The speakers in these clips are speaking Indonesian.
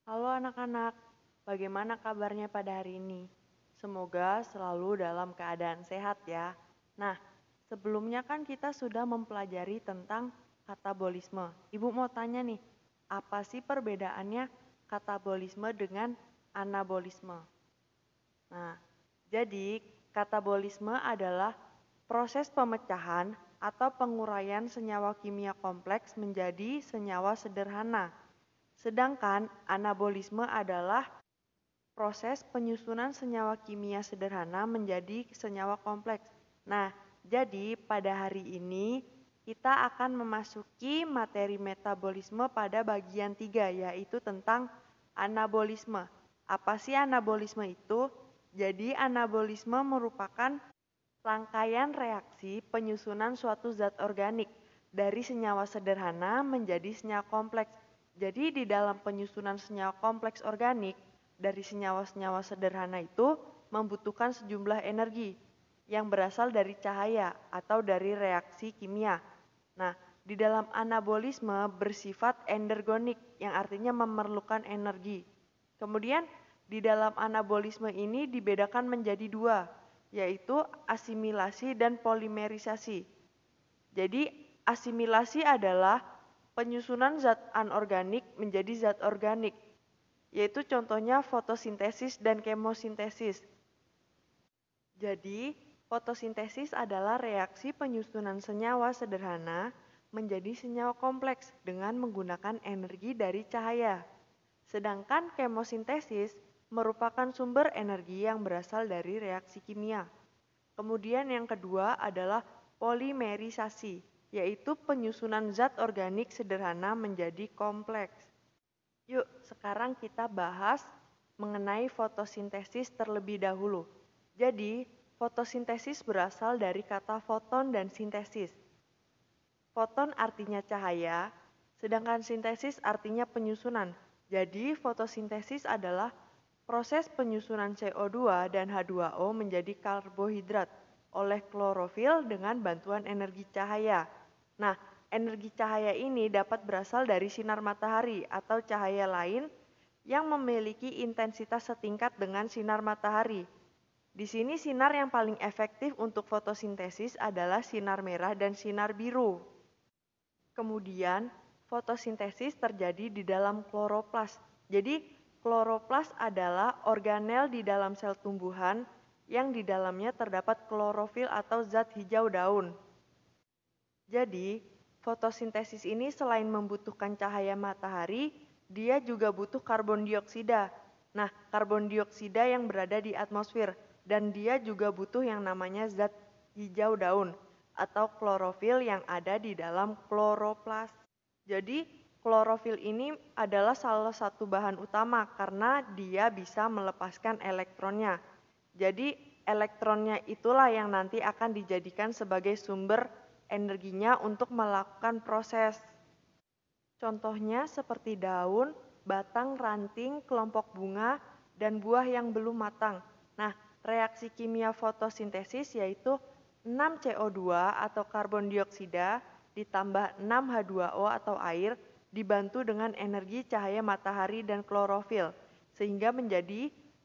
Halo anak-anak, bagaimana kabarnya pada hari ini? Semoga selalu dalam keadaan sehat ya. Nah, sebelumnya kan kita sudah mempelajari tentang katabolisme. Ibu mau tanya nih, apa sih perbedaannya katabolisme dengan anabolisme? Nah, jadi katabolisme adalah proses pemecahan atau penguraian senyawa kimia kompleks menjadi senyawa sederhana. Sedangkan anabolisme adalah proses penyusunan senyawa kimia sederhana menjadi senyawa kompleks. Nah, jadi pada hari ini kita akan memasuki materi metabolisme pada bagian 3, yaitu tentang anabolisme. Apa sih anabolisme itu? Jadi anabolisme merupakan rangkaian reaksi penyusunan suatu zat organik dari senyawa sederhana menjadi senyawa kompleks. Jadi di dalam penyusunan senyawa kompleks organik dari senyawa-senyawa sederhana itu membutuhkan sejumlah energi yang berasal dari cahaya atau dari reaksi kimia. Nah, di dalam anabolisme bersifat endergonik yang artinya memerlukan energi. Kemudian di dalam anabolisme ini dibedakan menjadi dua, yaitu asimilasi dan polimerisasi. Jadi asimilasi adalah penyusunan zat anorganik menjadi zat organik, yaitu contohnya fotosintesis dan kemosintesis. Jadi, fotosintesis adalah reaksi penyusunan senyawa sederhana menjadi senyawa kompleks dengan menggunakan energi dari cahaya. Sedangkan kemosintesis merupakan sumber energi yang berasal dari reaksi kimia. Kemudian yang kedua adalah polimerisasi, yaitu penyusunan zat organik sederhana menjadi kompleks. Yuk, sekarang kita bahas mengenai fotosintesis terlebih dahulu. Jadi, fotosintesis berasal dari kata foton dan sintesis. Foton artinya cahaya, sedangkan sintesis artinya penyusunan. Jadi, fotosintesis adalah proses penyusunan CO2 dan H2O menjadi karbohidrat oleh klorofil dengan bantuan energi cahaya. Nah, energi cahaya ini dapat berasal dari sinar matahari atau cahaya lain yang memiliki intensitas setingkat dengan sinar matahari. Di sini sinar yang paling efektif untuk fotosintesis adalah sinar merah dan sinar biru. Kemudian, fotosintesis terjadi di dalam kloroplas. Jadi, kloroplas adalah organel di dalam sel tumbuhan yang di dalamnya terdapat klorofil atau zat hijau daun. Jadi, fotosintesis ini selain membutuhkan cahaya matahari, dia juga butuh karbon dioksida. Nah, karbon dioksida yang berada di atmosfer dan dia juga butuh yang namanya zat hijau daun atau klorofil yang ada di dalam kloroplas. Jadi, klorofil ini adalah salah satu bahan utama karena dia bisa melepaskan elektronnya. Jadi, elektronnya itulah yang nanti akan dijadikan sebagai sumber energinya untuk melakukan proses. Contohnya seperti daun, batang, ranting, kelompok bunga, dan buah yang belum matang. Nah, reaksi kimia fotosintesis yaitu 6CO2 atau karbon dioksida ditambah 6H2O atau air dibantu dengan energi cahaya matahari dan klorofil sehingga menjadi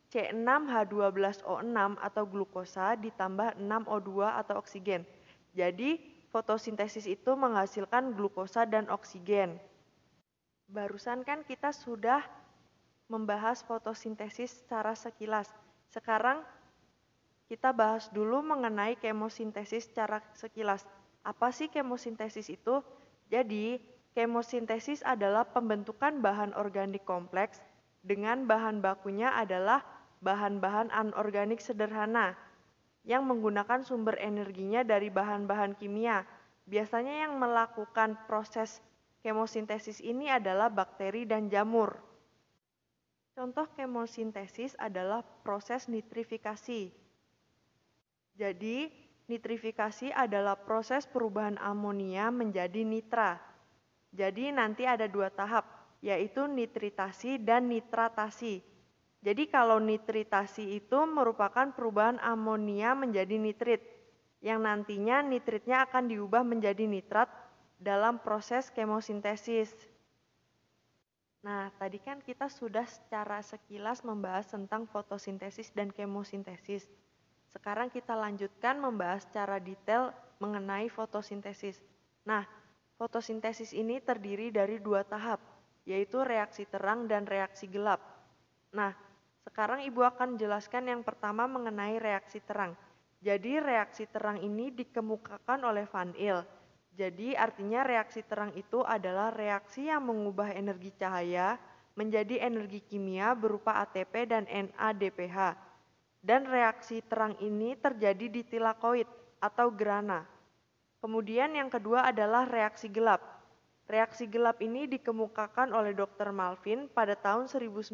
C6H12O6 atau glukosa ditambah 6O2 atau oksigen. Jadi, fotosintesis itu menghasilkan glukosa dan oksigen. Barusan kan kita sudah membahas fotosintesis secara sekilas. Sekarang kita bahas dulu mengenai kemosintesis secara sekilas. Apa sih kemosintesis itu? Jadi, kemosintesis adalah pembentukan bahan organik kompleks dengan bahan bakunya adalah bahan-bahan anorganik sederhana yang menggunakan sumber energinya dari bahan-bahan kimia. Biasanya yang melakukan proses kemosintesis ini adalah bakteri dan jamur. Contoh kemosintesis adalah proses nitrifikasi. Jadi, nitrifikasi adalah proses perubahan amonia menjadi nitra. Jadi nanti ada dua tahap, yaitu nitritasi dan nitratasi. Jadi kalau nitritasi itu merupakan perubahan amonia menjadi nitrit, yang nantinya nitritnya akan diubah menjadi nitrat dalam proses kemosintesis. Nah, tadi kan kita sudah secara sekilas membahas tentang fotosintesis dan kemosintesis. Sekarang kita lanjutkan membahas secara detail mengenai fotosintesis. Nah, fotosintesis ini terdiri dari dua tahap, yaitu reaksi terang dan reaksi gelap. Nah, sekarang Ibu akan jelaskan yang pertama mengenai reaksi terang. Jadi reaksi terang ini dikemukakan oleh Van Il. Jadi artinya reaksi terang itu adalah reaksi yang mengubah energi cahaya menjadi energi kimia berupa ATP dan NADPH. Dan reaksi terang ini terjadi di tilakoid atau gerhana. Kemudian yang kedua adalah reaksi gelap. Reaksi gelap ini dikemukakan oleh Dr. Malvin pada tahun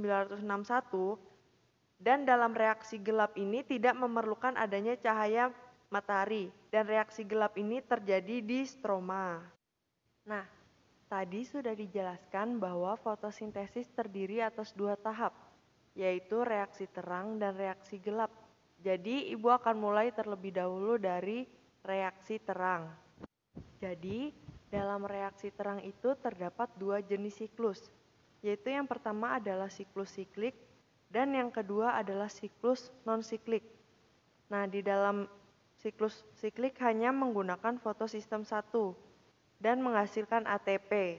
1961 dan dalam reaksi gelap ini tidak memerlukan adanya cahaya matahari dan reaksi gelap ini terjadi di stroma. Nah, tadi sudah dijelaskan bahwa fotosintesis terdiri atas dua tahap, yaitu reaksi terang dan reaksi gelap. Jadi, Ibu akan mulai terlebih dahulu dari reaksi terang. Jadi, dalam reaksi terang itu terdapat dua jenis siklus, yaitu yang pertama adalah siklus siklik dan yang kedua adalah siklus non-siklik. Nah, di dalam siklus siklik hanya menggunakan fotosistem 1 dan menghasilkan ATP.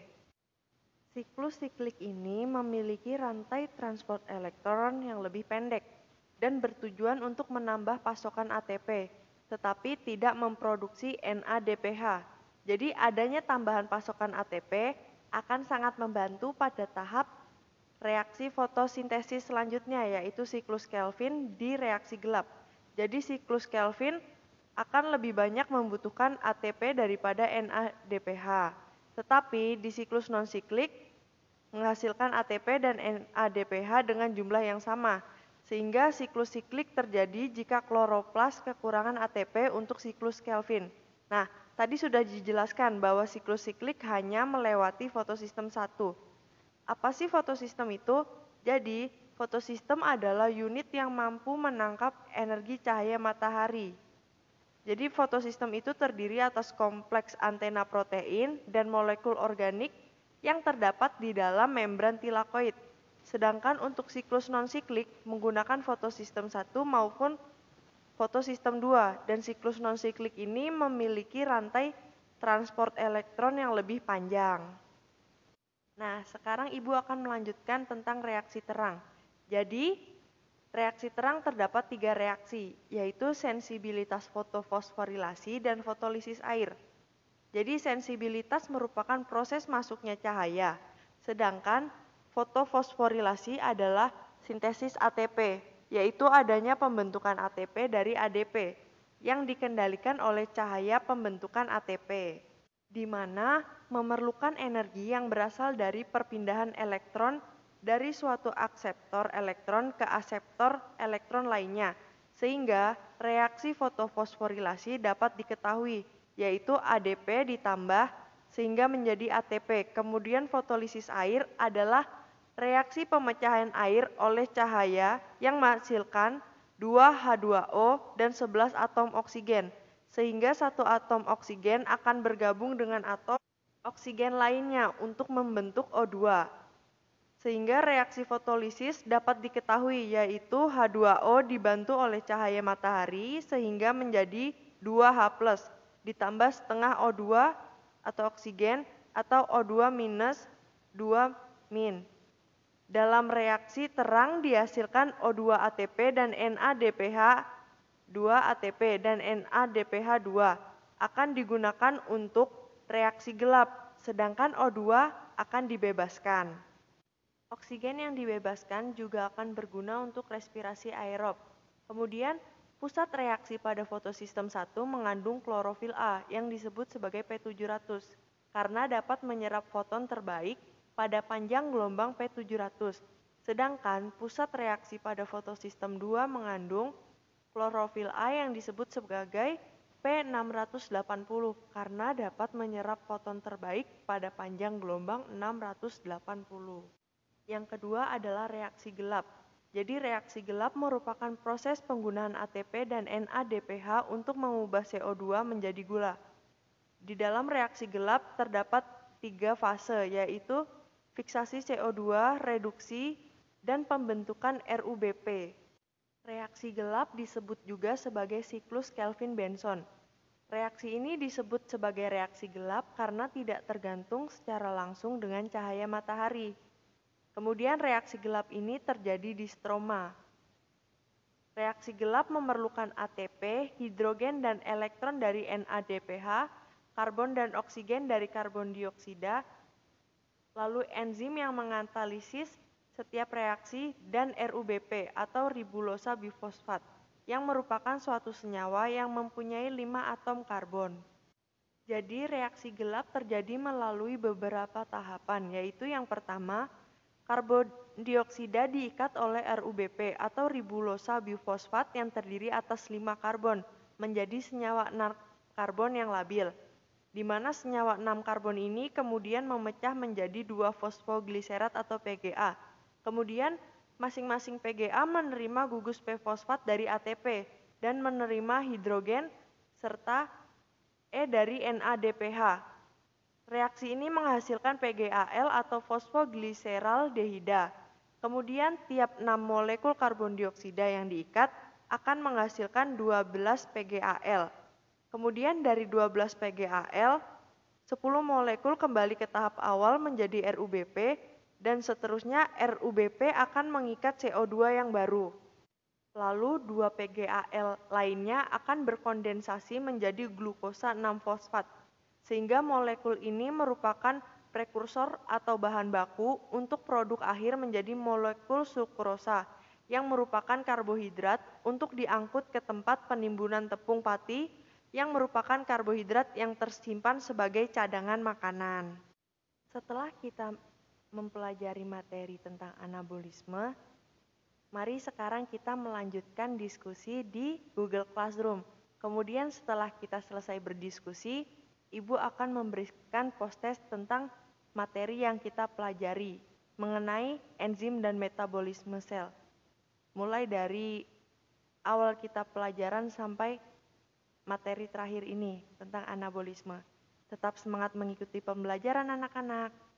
Siklus siklik ini memiliki rantai transport elektron yang lebih pendek dan bertujuan untuk menambah pasokan ATP, tetapi tidak memproduksi NADPH. Jadi adanya tambahan pasokan ATP akan sangat membantu pada tahap reaksi fotosintesis selanjutnya, yaitu siklus Kelvin di reaksi gelap. Jadi siklus Kelvin akan lebih banyak membutuhkan ATP daripada NADPH. Tetapi di siklus non-siklik menghasilkan ATP dan NADPH dengan jumlah yang sama. Sehingga siklus siklik terjadi jika kloroplas kekurangan ATP untuk siklus Kelvin. Nah, tadi sudah dijelaskan bahwa siklus siklik hanya melewati fotosistem 1. Apa sih fotosistem itu? Jadi, fotosistem adalah unit yang mampu menangkap energi cahaya matahari. Jadi, fotosistem itu terdiri atas kompleks antena protein dan molekul organik yang terdapat di dalam membran tilakoid. Sedangkan untuk siklus non-siklik menggunakan fotosistem 1 maupun fotosistem 2 dan siklus non-siklik ini memiliki rantai transport elektron yang lebih panjang. Nah, sekarang Ibu akan melanjutkan tentang reaksi terang. Jadi, reaksi terang terdapat 3 reaksi, yaitu sensibilitas fotofosforilasi dan fotolisis air. Jadi, sensibilitas merupakan proses masuknya cahaya, sedangkan fotofosforilasi adalah sintesis ATP, yaitu adanya pembentukan ATP dari ADP yang dikendalikan oleh cahaya pembentukan ATP, di mana memerlukan energi yang berasal dari perpindahan elektron dari suatu akseptor elektron ke aseptor elektron lainnya, sehingga reaksi fotofosforilasi dapat diketahui, yaitu ADP ditambah sehingga menjadi ATP. Kemudian fotolisis air adalah reaksi pemecahan air oleh cahaya yang menghasilkan 2H2O dan 11 atom oksigen, sehingga satu atom oksigen akan bergabung dengan atom oksigen lainnya untuk membentuk O2. Sehingga reaksi fotolisis dapat diketahui, yaitu H2O dibantu oleh cahaya matahari sehingga menjadi 2H+, ditambah setengah O2 atau oksigen atau O2 minus 2 min. Dalam reaksi terang dihasilkan O2 ATP dan NADPH 2 ATP dan NADPH 2 akan digunakan untuk reaksi gelap, sedangkan O2 akan dibebaskan. Oksigen yang dibebaskan juga akan berguna untuk respirasi aerob. Kemudian, pusat reaksi pada fotosistem 1 mengandung klorofil A yang disebut sebagai P700 karena dapat menyerap foton terbaik pada panjang gelombang P700. Sedangkan pusat reaksi pada fotosistem 2 mengandung klorofil A yang disebut sebagai P680 karena dapat menyerap foton terbaik pada panjang gelombang 680. Yang kedua adalah reaksi gelap. Jadi reaksi gelap merupakan proses penggunaan ATP dan NADPH untuk mengubah CO2 menjadi gula. Di dalam reaksi gelap terdapat 3 fase, yaitu fiksasi CO2, reduksi, dan pembentukan RUBP. Reaksi gelap disebut juga sebagai siklus Kelvin-Benson. Reaksi ini disebut sebagai reaksi gelap karena tidak tergantung secara langsung dengan cahaya matahari. Kemudian reaksi gelap ini terjadi di stroma. Reaksi gelap memerlukan ATP, hidrogen dan elektron dari NADPH, karbon dan oksigen dari karbon dioksida, lalu enzim yang mengantalisis setiap reaksi, dan RUBP atau ribulosa bifosfat, yang merupakan suatu senyawa yang mempunyai 5 atom karbon. Jadi reaksi gelap terjadi melalui beberapa tahapan, yaitu yang pertama, karbon dioksida diikat oleh RUBP atau ribulosa bifosfat yang terdiri atas 5 karbon menjadi senyawa 6 karbon yang labil, di mana senyawa 6 karbon ini kemudian memecah menjadi 2 fosfogliserat atau PGA. Kemudian masing-masing PGA menerima gugus P-fosfat dari ATP dan menerima hidrogen serta E dari NADPH. Reaksi ini menghasilkan PGAL atau fosfogliseraldehida. Kemudian tiap 6 molekul karbon dioksida yang diikat akan menghasilkan 12 PGAL. Kemudian dari 12 PGAL, 10 molekul kembali ke tahap awal menjadi RUBP dan seterusnya RUBP akan mengikat CO2 yang baru. Lalu 2 PGAL lainnya akan berkondensasi menjadi glukosa 6-fosfat, sehingga molekul ini merupakan prekursor atau bahan baku untuk produk akhir menjadi molekul sukrosa, yang merupakan karbohidrat untuk diangkut ke tempat penimbunan tepung pati, yang merupakan karbohidrat yang tersimpan sebagai cadangan makanan. Setelah kita mempelajari materi tentang anabolisme, mari sekarang kita melanjutkan diskusi di Google Classroom. Kemudian setelah kita selesai berdiskusi, Ibu akan memberikan post-test tentang materi yang kita pelajari mengenai enzim dan metabolisme sel. Mulai dari awal kita pelajaran sampai materi terakhir ini tentang anabolisme. Tetap semangat mengikuti pembelajaran anak-anak.